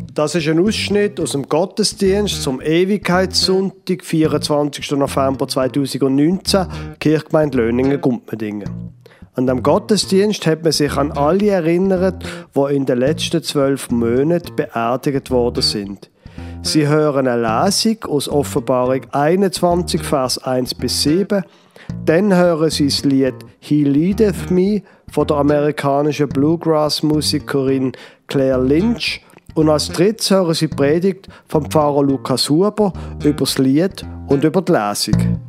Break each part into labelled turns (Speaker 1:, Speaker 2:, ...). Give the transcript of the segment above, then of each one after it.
Speaker 1: Das ist ein Ausschnitt aus dem Gottesdienst zum Ewigkeitssonntag, 24. November 2019, Kirchgemeinde Löningen-Gumpendingen. An dem Gottesdienst hat man sich an alle erinnert, die in den letzten 12 Monaten beerdigt worden sind. Sie hören eine Lesung aus Offenbarung 21, Vers 1 bis 7. Dann hören Sie das Lied «He Leadeth Me» von der amerikanischen Bluegrass-Musikerin Claire Lynch. Und als drittes hören Sie die Predigt vom Pfarrer Lukas Huber über das Lied und über die Lesung.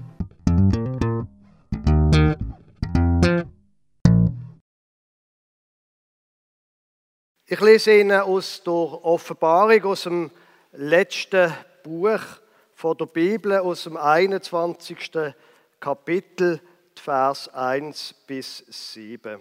Speaker 1: Ich lese Ihnen aus der Offenbarung, aus dem letzten Buch von der Bibel, aus dem 21. Kapitel, Vers 1 bis 7.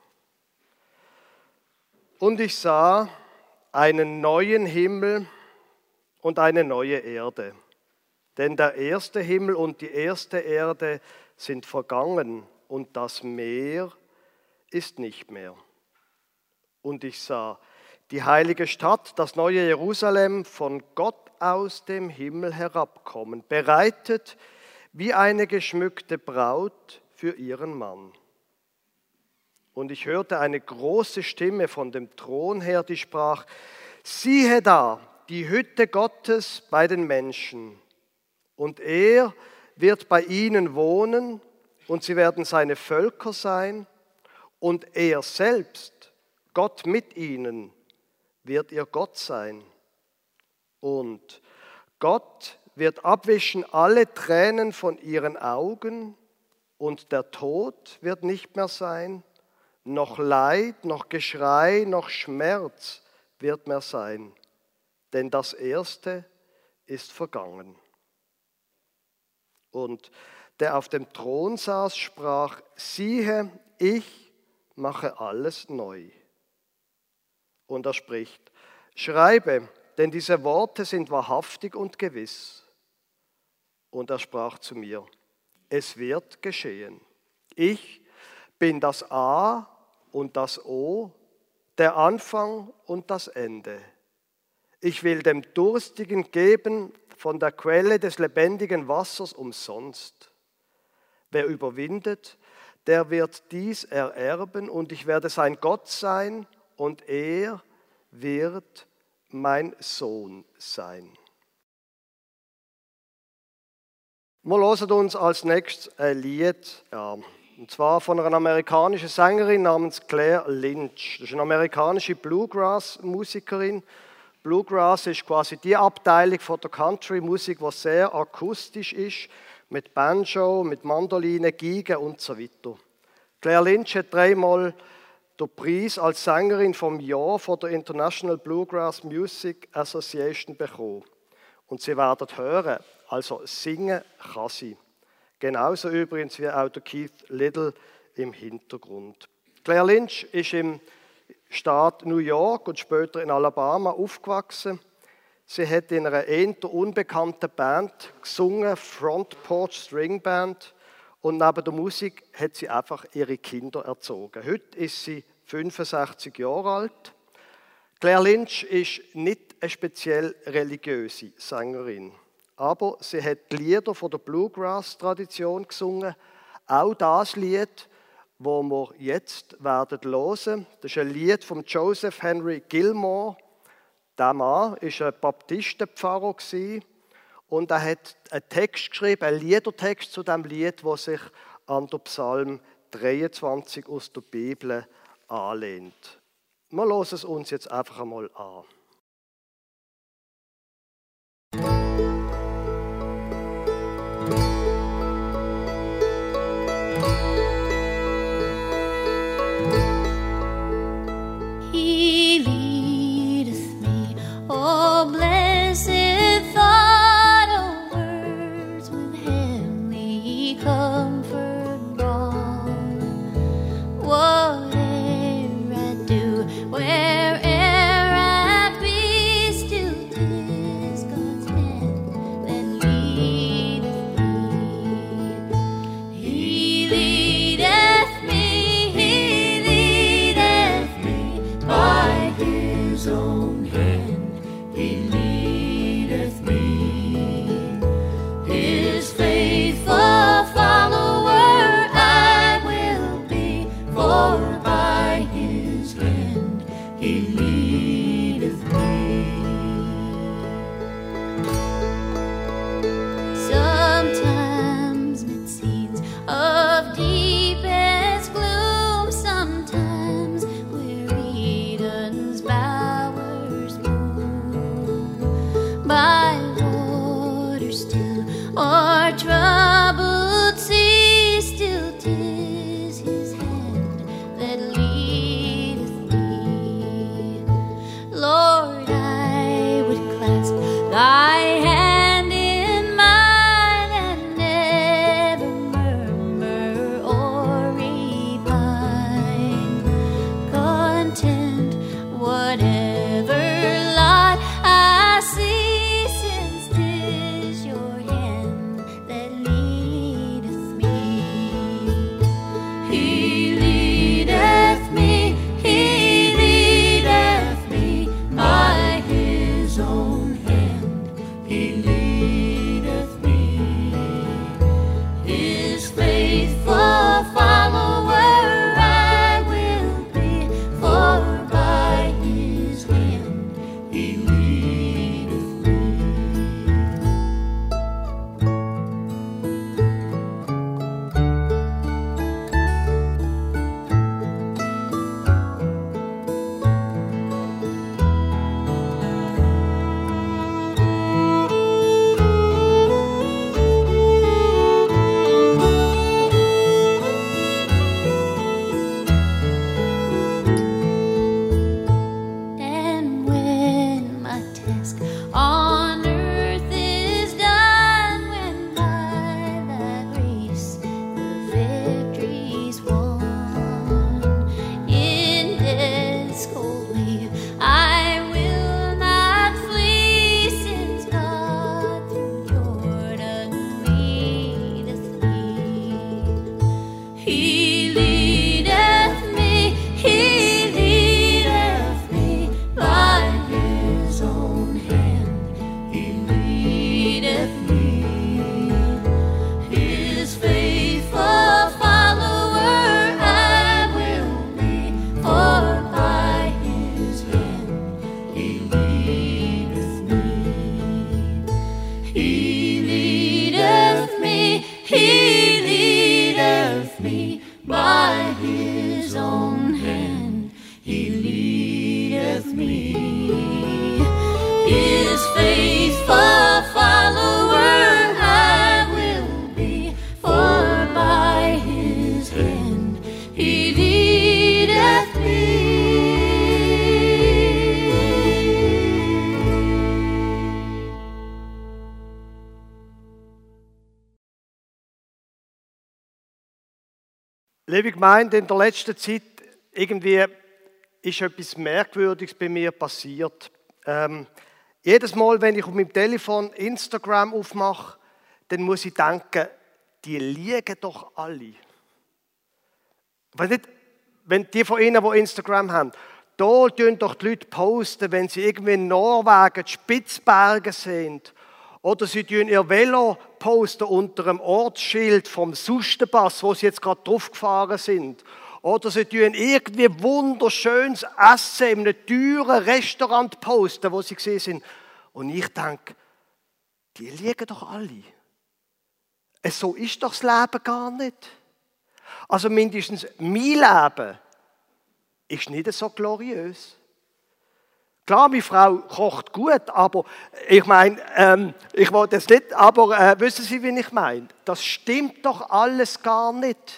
Speaker 1: Und ich sah einen neuen Himmel und eine neue Erde. Denn der erste Himmel und die erste Erde sind vergangen und das Meer ist nicht mehr. Und ich sah die heilige Stadt, das neue Jerusalem, von Gott aus dem Himmel herabkommen, bereitet wie eine geschmückte Braut für ihren Mann. Und ich hörte eine große Stimme von dem Thron her, die sprach: Siehe da, die Hütte Gottes bei den Menschen. Und er wird bei ihnen wohnen, und sie werden seine Völker sein. Und er selbst, Gott mit ihnen, wird ihr Gott sein. Und Gott wird abwischen alle Tränen von ihren Augen, und der Tod wird nicht mehr sein. Noch Leid, noch Geschrei, noch Schmerz wird mehr sein, denn das Erste ist vergangen. Und der auf dem Thron saß, sprach: Siehe, ich mache alles neu. Und er spricht: Schreibe, denn diese Worte sind wahrhaftig und gewiss. Und er sprach zu mir: Es wird geschehen. Ich bin das A und das O, der Anfang und das Ende. Ich will dem Durstigen geben von der Quelle des lebendigen Wassers umsonst. Wer überwindet, der wird dies ererben, und ich werde sein Gott sein, und er wird mein Sohn sein. Wir hören uns als nächstes ein Lied an. Und zwar von einer amerikanischen Sängerin namens Claire Lynch. Das ist eine amerikanische Bluegrass-Musikerin. Bluegrass ist quasi die Abteilung von der Country-Musik, die sehr akustisch ist, mit Banjo, mit Mandoline, Geige und so weiter. Claire Lynch hat 3-mal den Preis als Sängerin vom Jahr von der International Bluegrass Music Association bekommen. Und Sie werden hören, also singen kann sie. Genauso übrigens wie auch der Keith Little im Hintergrund. Claire Lynch ist im Staat New York und später in Alabama aufgewachsen. Sie hat in einer eher unbekannten Band gesungen, Front Porch String Band. Und neben der Musik hat sie einfach ihre Kinder erzogen. Heute ist sie 65 Jahre alt. Claire Lynch ist nicht eine speziell religiöse Sängerin. Aber sie hat die Lieder von der Bluegrass-Tradition gesungen. Auch das Lied, das wir jetzt hören werden. Das ist ein Lied von Joseph Henry Gilmore. Der Mann war ein Baptistenpfarrer und er hat einen Text geschrieben, einen Liedertext zu diesem Lied, der sich an den Psalm 23 aus der Bibel anlehnt. Wir hören es uns jetzt einfach einmal an.
Speaker 2: His own hand. by his own hand he leadeth me. His faithful follower I will be, for by his hand he leadeth me.
Speaker 1: Liebe Gemeinde, in der letzten Zeit irgendwie ist etwas Merkwürdiges bei mir passiert. Jedes Mal, wenn ich auf meinem Telefon Instagram aufmache, dann muss ich denken, die liegen doch alle. Wenn die von Ihnen, die Instagram haben, da tun doch die Leute posten, wenn sie irgendwie in Norwegen, die Spitzbergen sind, oder sie tun ihr Velo posten unter einem Ortsschild vom Sustenpass, wo sie jetzt gerade drauf gefahren sind. Oder sie tun irgendwie wunderschönes Essen in einem teuren Restaurant posten, wo sie gesehen sind. Und ich denke, die liegen doch alle. So ist doch das Leben gar nicht. Also mindestens mein Leben ist nicht so gloriös. Klar, meine Frau kocht gut, aber ich meine, ich wollte das nicht, aber wissen Sie, wie ich meine? Das stimmt doch alles gar nicht.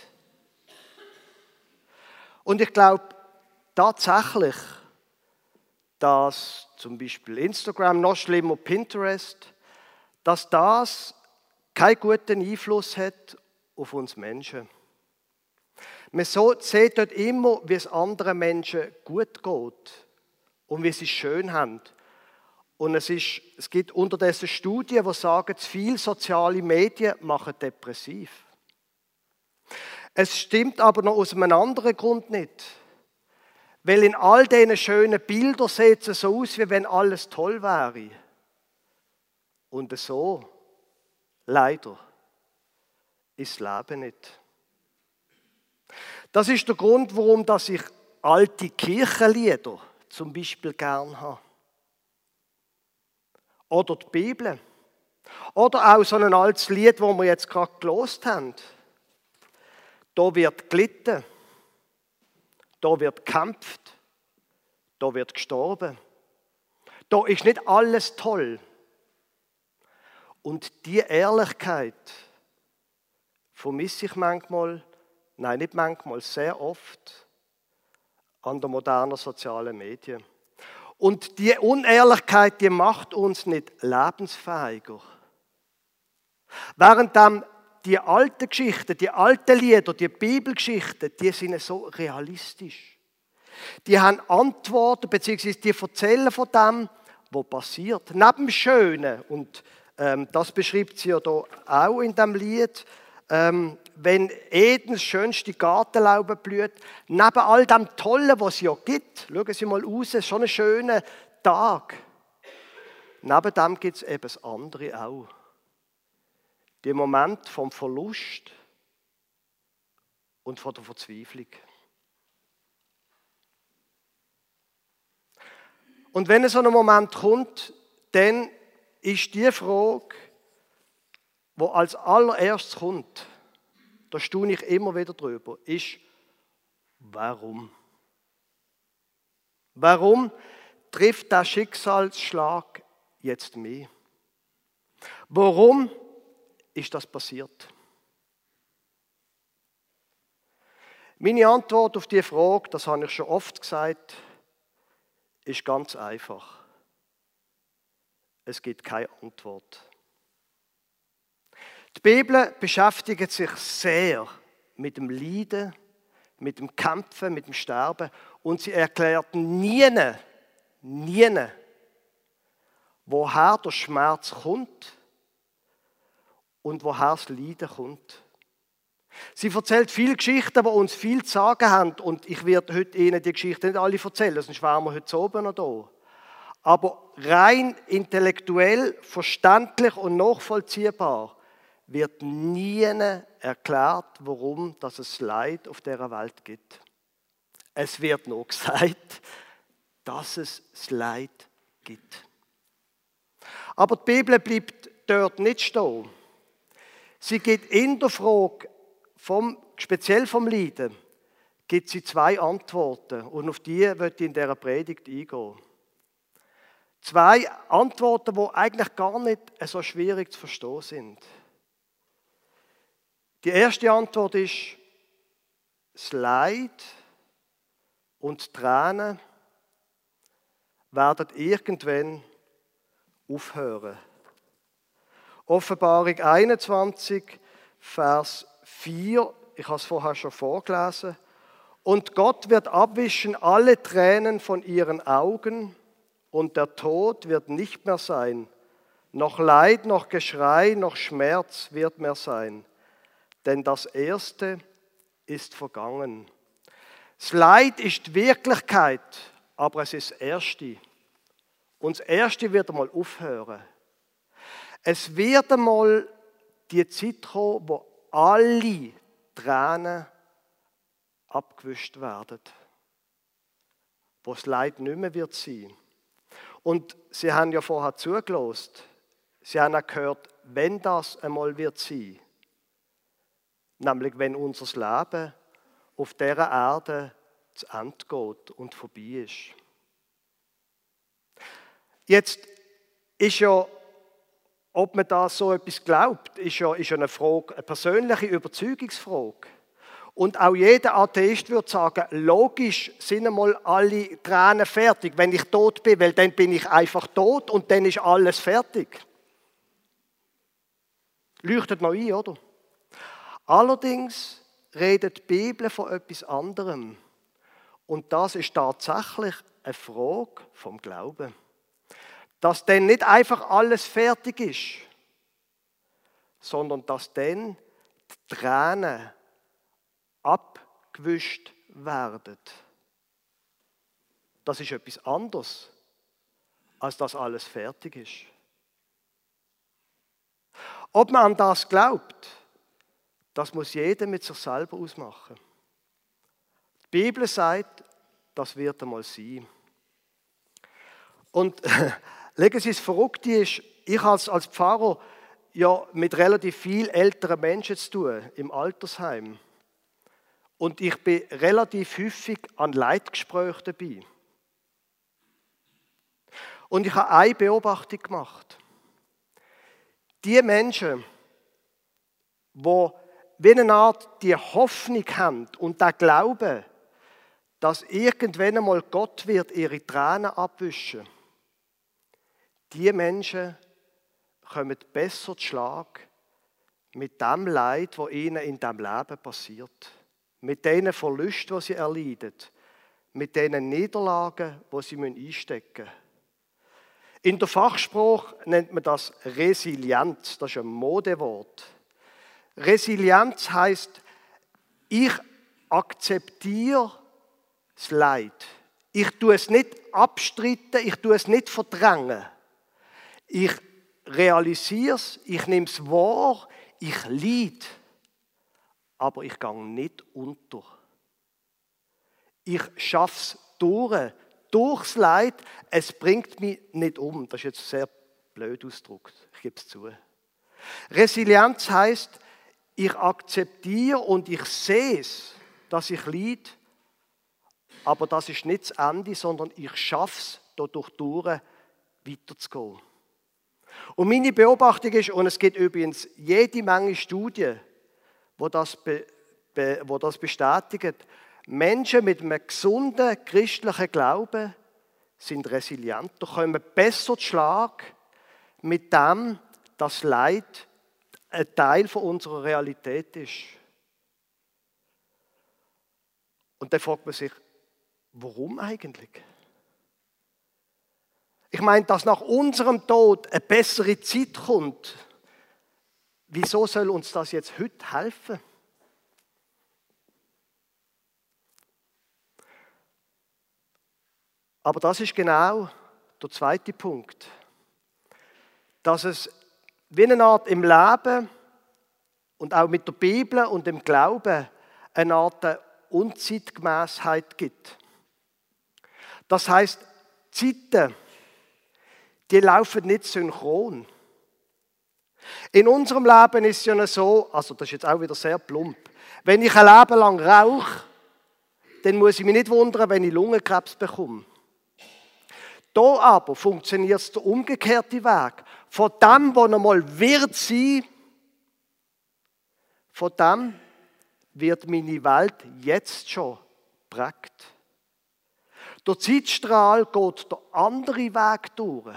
Speaker 1: Und ich glaube tatsächlich, dass zum Beispiel Instagram, noch schlimmer Pinterest, dass das keinen guten Einfluss hat auf uns Menschen. Man sieht dort immer, wie es anderen Menschen gut geht und wie sie es schön haben. Und es gibt unterdessen Studien, die sagen, zu viele soziale Medien machen depressiv. Es stimmt aber noch aus einem anderen Grund nicht. Weil in all diesen schönen Bildern sieht es so aus, wie wenn alles toll wäre. Und so, leider, ist das Leben nicht. Das ist der Grund, warum ich alte Kirchenlieder zum Beispiel gern habe. Oder die Bibel. Oder auch so ein altes Lied, das wir jetzt gerade gehört haben. Da wird gelitten, da wird gekämpft, da wird gestorben. Da ist nicht alles toll. Und die Ehrlichkeit vermisse ich manchmal, nein, nicht manchmal, sehr oft an den modernen sozialen Medien. Und die Unehrlichkeit, die macht uns nicht lebensfähiger. Während die alten Geschichten, die alten Lieder, die Bibelgeschichten, die sind so realistisch. Die haben Antworten, beziehungsweise die erzählen von dem, was passiert. Neben dem Schönen, und das beschreibt sie ja hier auch in diesem Lied, wenn Edens schönste Gartenlaube blüht, neben all dem Tollen, was es ja gibt, schauen Sie mal raus, schon ein schöner Tag. Neben dem gibt es eben das andere auch. Der Moment vom Verlust und von der Verzweiflung. Und wenn so ein Moment kommt, dann ist die Frage, die als allererstes kommt, da staune ich immer wieder drüber, ist, warum? Warum trifft der Schicksalsschlag jetzt mich? Warum ist das passiert? Meine Antwort auf diese Frage, das habe ich schon oft gesagt, ist ganz einfach. Es gibt keine Antwort. Die Bibel beschäftigt sich sehr mit dem Leiden, mit dem Kämpfen, mit dem Sterben und sie erklärt nie, woher der Schmerz kommt und woher das Leiden kommt. Sie erzählt viele Geschichten, die uns viel zu sagen haben und ich werde heute Ihnen die Geschichten nicht alle erzählen, sonst wären wir heute oben noch da. Aber rein intellektuell, verständlich und nachvollziehbar wird nie erklärt, warum es Leid auf dieser Welt gibt. Es wird nur gesagt, dass es das Leid gibt. Aber die Bibel bleibt dort nicht stehen. Sie gibt in der Frage, speziell vom Leiden, gibt sie 2 Antworten und auf die wird ich in dieser Predigt eingehen. 2 Antworten, die eigentlich gar nicht so schwierig zu verstehen sind. Die erste Antwort ist, das Leid und die Tränen werden irgendwann aufhören. Offenbarung 21, Vers 4, ich habe es vorher schon vorgelesen. Und Gott wird abwischen alle Tränen von ihren Augen und der Tod wird nicht mehr sein. Noch Leid, noch Geschrei, noch Schmerz wird mehr sein. Denn das Erste ist vergangen. Das Leid ist die Wirklichkeit, aber es ist das Erste. Und das Erste wird einmal aufhören. Es wird einmal die Zeit kommen, wo alle Tränen abgewischt werden. Wo das Leid nicht mehr wird sein. Und Sie haben ja vorher zugelassen. Sie haben auch gehört, wenn das einmal wird sein. Nämlich wenn unser Leben auf dieser Erde zu Ende geht und vorbei ist. Jetzt ist ja, ob man da so etwas glaubt, ist ja eine Frage, eine persönliche Überzeugungsfrage. Und auch jeder Atheist würde sagen, logisch sind einmal alle Tränen fertig, wenn ich tot bin, weil dann bin ich einfach tot und dann ist alles fertig. Leuchtet noch ein, oder? Allerdings redet die Bibel von etwas anderem. Und das ist tatsächlich eine Frage vom Glauben. Dass dann nicht einfach alles fertig ist, sondern dass dann die Tränen abgewischt werden. Das ist etwas anderes, als dass alles fertig ist. Ob man an das glaubt, das muss jeder mit sich selber ausmachen. Die Bibel sagt, das wird einmal sein. Und legen Sie, das Verrückte ist, ich als Pfarrer ja mit relativ viel älteren Menschen zu tun, im Altersheim. Und ich bin relativ häufig an Leitgesprächen dabei. Und ich habe eine Beobachtung gemacht. Die Menschen, die wie eine Art die Hoffnung haben und den Glauben, dass irgendwann einmal Gott wird ihre Tränen abwischen, die Menschen kommen besser zu Schlag mit dem Leid, das ihnen in diesem Leben passiert. Mit den Verlusten, die sie erleiden. Mit den Niederlagen, die sie einstecken müssen. In der Fachsprache nennt man das Resilienz. Das ist ein Modewort. Resilienz heisst, ich akzeptiere das Leid. Ich tue es nicht abstreiten, ich tue es nicht verdrängen. Ich realisiere es, ich nehme es wahr, ich leide. Aber ich gehe nicht unter. Ich schaffe es durchs Leid, es bringt mich nicht um. Das ist jetzt sehr blöd ausgedrückt, ich gebe es zu. Resilienz heisst, ich akzeptiere und ich sehe es, dass ich leide, aber das ist nicht das Ende, sondern ich schaffe es, dadurch weiterzugehen. Und meine Beobachtung ist, und es gibt übrigens jede Menge Studien, wo das bestätigen, Menschen mit einem gesunden christlichen Glauben sind resilienter, kommen besser zu Schlag mit dem, dass Leid ein Teil von unserer Realität ist. Und dann fragt man sich, warum eigentlich? Ich meine, dass nach unserem Tod eine bessere Zeit kommt. Wieso soll uns das jetzt heute helfen? Aber das ist genau der zweite Punkt. Dass es wie eine Art im Leben und auch mit der Bibel und dem Glauben eine Art Unzeitgemäßheit gibt. Das heisst, Zeiten, die laufen nicht synchron. In unserem Leben ist es ja so, also das ist jetzt auch wieder sehr plump, wenn ich ein Leben lang rauche, dann muss ich mich nicht wundern, wenn ich Lungenkrebs bekomme. Da aber funktioniert es der umgekehrte Weg. Von dem, was einmal wird sein, von dem wird meine Welt jetzt schon geprägt. Der Zeitstrahl geht der andere Weg durch.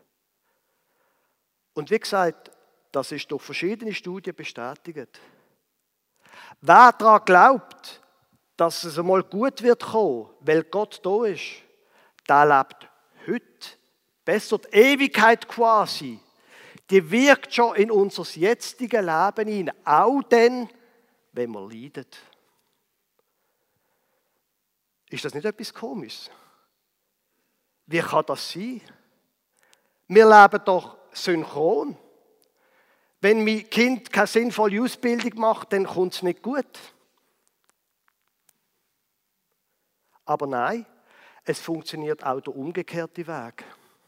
Speaker 1: Und wie gesagt, das ist durch verschiedene Studien bestätigt. Wer daran glaubt, dass es einmal gut wird kommen, weil Gott da ist, der lebt heute, besser die Ewigkeit quasi, die wirkt schon in unser jetziges Leben hinein, auch dann, wenn wir leiden. Ist das nicht etwas Komisches? Wie kann das sein? Wir leben doch synchron. Wenn mein Kind keine sinnvolle Ausbildung macht, dann kommt es nicht gut. Aber nein, es funktioniert auch der umgekehrte Weg.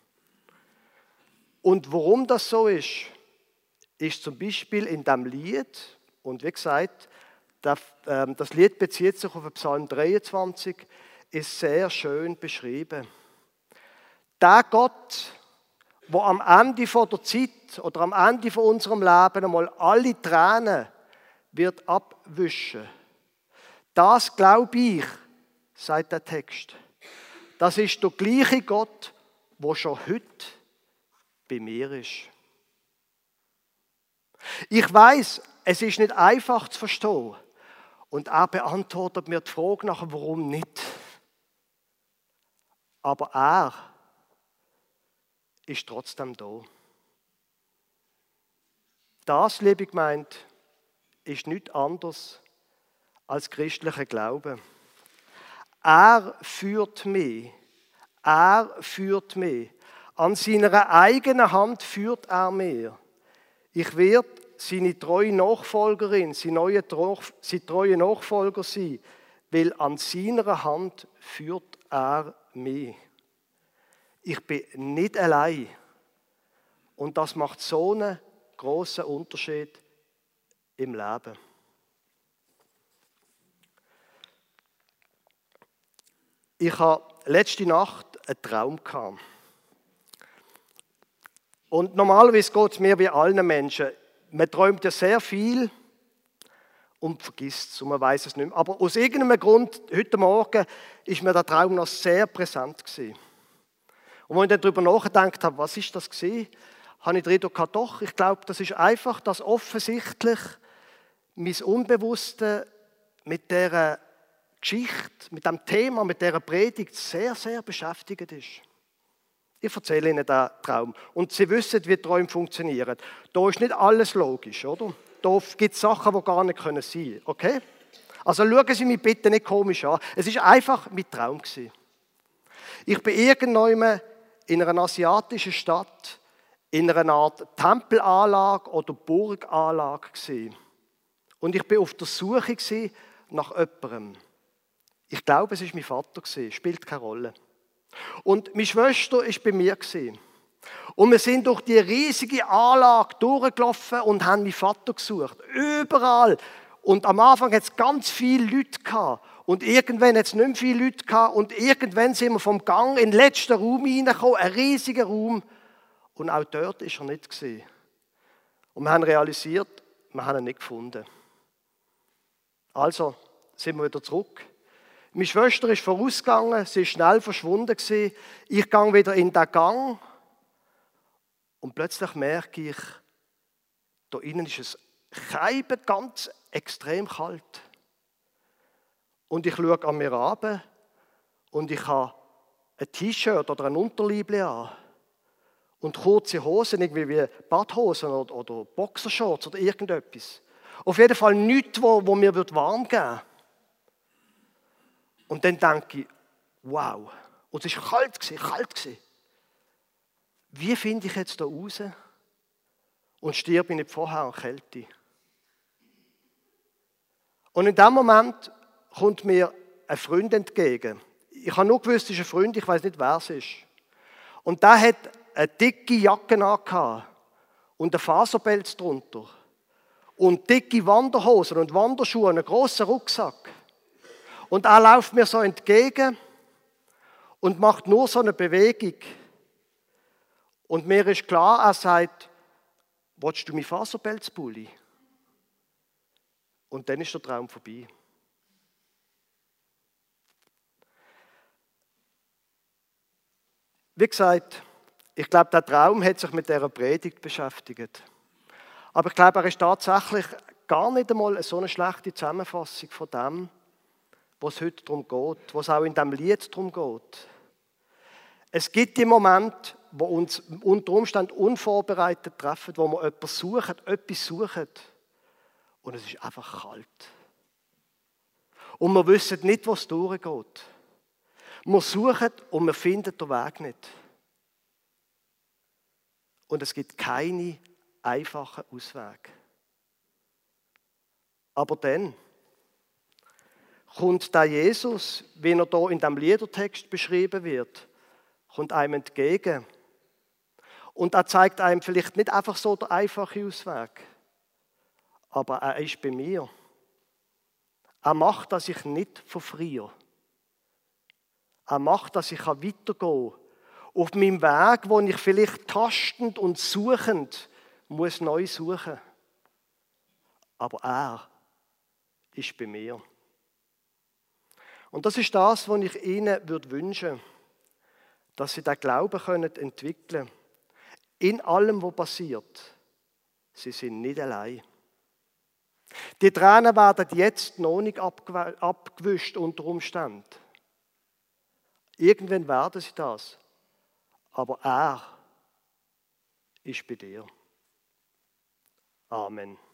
Speaker 1: Und warum das so ist zum Beispiel in diesem Lied, und wie gesagt, das Lied bezieht sich auf den Psalm 23, ist sehr schön beschrieben. Der Gott, der am Ende der Zeit oder am Ende von unserem Leben einmal alle Tränen wird abwischen. Das glaube ich, sagt der Text. Das ist der gleiche Gott, der schon heute bei mir ist. Ich weiß, es ist nicht einfach zu verstehen. Und er beantwortet mir die Frage nach, warum nicht. Aber er ist trotzdem da. Das, liebe Gemeinde, ist nichts anderes als christlicher Glaube. Er führt mich. An seiner eigenen Hand führt er mir. Ich werde seine treue Nachfolgerin, sein treue Nachfolger sein, weil an seiner Hand führt er mich. Ich bin nicht allein. Und das macht so einen grossen Unterschied im Leben. Ich hatte letzte Nacht einen Traum gehabt. Und normalerweise geht es mir wie allen Menschen. Man träumt ja sehr viel und vergisst es und man weiß es nicht mehr. Aber aus irgendeinem Grund, heute Morgen, ist mir der Traum noch sehr präsent gewesen. Und als ich dann darüber nachgedacht habe, was ist das gewesen, habe ich den Eindruck gehabt, doch, ich glaube, das ist einfach, dass offensichtlich mein Unbewusste mit dieser Geschichte, mit dem Thema, mit dieser Predigt sehr, sehr beschäftigt ist. Ich erzähle Ihnen den Traum. Und Sie wissen, wie Träume funktionieren. Da ist nicht alles logisch, oder? Da gibt es Sachen, die gar nicht sein können. Okay? Also schauen Sie mich bitte nicht komisch an. Es war einfach mein Traum gewesen. Ich bin irgendwann in einer asiatischen Stadt, in einer Art Tempelanlage oder Burganlage gewesen. Und ich bin auf der Suche nach jemandem. Ich glaube, es war mein Vater gewesen. Spielt keine Rolle. Und meine Schwester war bei mir. Und wir sind durch die riesige Anlage durchgelaufen und haben meinen Vater gesucht. Überall. Und am Anfang hat es ganz viele Leute gehabt. Und irgendwann hat es nicht mehr viele Leute gehabt. Und irgendwann sind wir vom Gang in den letzten Raum hineingekommen. Ein riesiger Raum. Und auch dort war er nicht. Und wir haben realisiert, wir haben ihn nicht gefunden. Also sind wir wieder zurück. Meine Schwester ist vorausgegangen, sie ist schnell verschwunden gewesen. Ich gehe wieder in den Gang und plötzlich merke ich, da innen ist es ganz extrem kalt. Und ich schaue an mir runter und ich habe ein T-Shirt oder ein Unterleibchen an und kurze Hosen, irgendwie wie Badhosen oder Boxershorts oder irgendetwas. Auf jeden Fall nichts, wo mir warm geben würde. Und dann denke ich, wow, und es war kalt. Wie finde ich jetzt da raus und stirbe ich nicht vorher an Kälte? Und in dem Moment kommt mir ein Freund entgegen. Ich habe nur gewusst, es ist ein Freund, ich weiß nicht, wer es ist. Und der hat eine dicke Jacke angehabt und einen Faserpelz drunter. Und dicke Wanderhosen und Wanderschuhe und einen grossen Rucksack. Und er läuft mir so entgegen und macht nur so eine Bewegung. Und mir ist klar, er sagt, willst du mich Faserpelzpulli? Und dann ist der Traum vorbei. Wie gesagt, ich glaube, der Traum hat sich mit dieser Predigt beschäftigt. Aber ich glaube, er ist tatsächlich gar nicht einmal so eine schlechte Zusammenfassung von dem, was es heute darum geht, was auch in diesem Lied darum geht. Es gibt die Momente, wo uns unter Umständen unvorbereitet treffen, wo wir etwas suchen und es ist einfach kalt. Und wir wissen nicht, was durchgeht. Wir suchen und wir finden den Weg nicht. Und es gibt keine einfachen Auswege. Aber dann kommt der Jesus, wie er hier in diesem Liedertext beschrieben wird, kommt einem entgegen. Und er zeigt einem vielleicht nicht einfach so den einfachen Ausweg, aber er ist bei mir. Er macht, dass ich nicht verfriere. Er macht, dass ich weitergehen kann. Auf meinem Weg, wo ich vielleicht tastend und suchend muss neu suchen. Aber er ist bei mir. Und das ist das, was ich Ihnen wünschen würde, dass Sie den Glauben entwickeln können. In allem, was passiert. Sie sind nicht allein. Die Tränen werden jetzt noch nicht abgewischt unter Umständen. Irgendwann werden sie das. Aber er ist bei dir. Amen.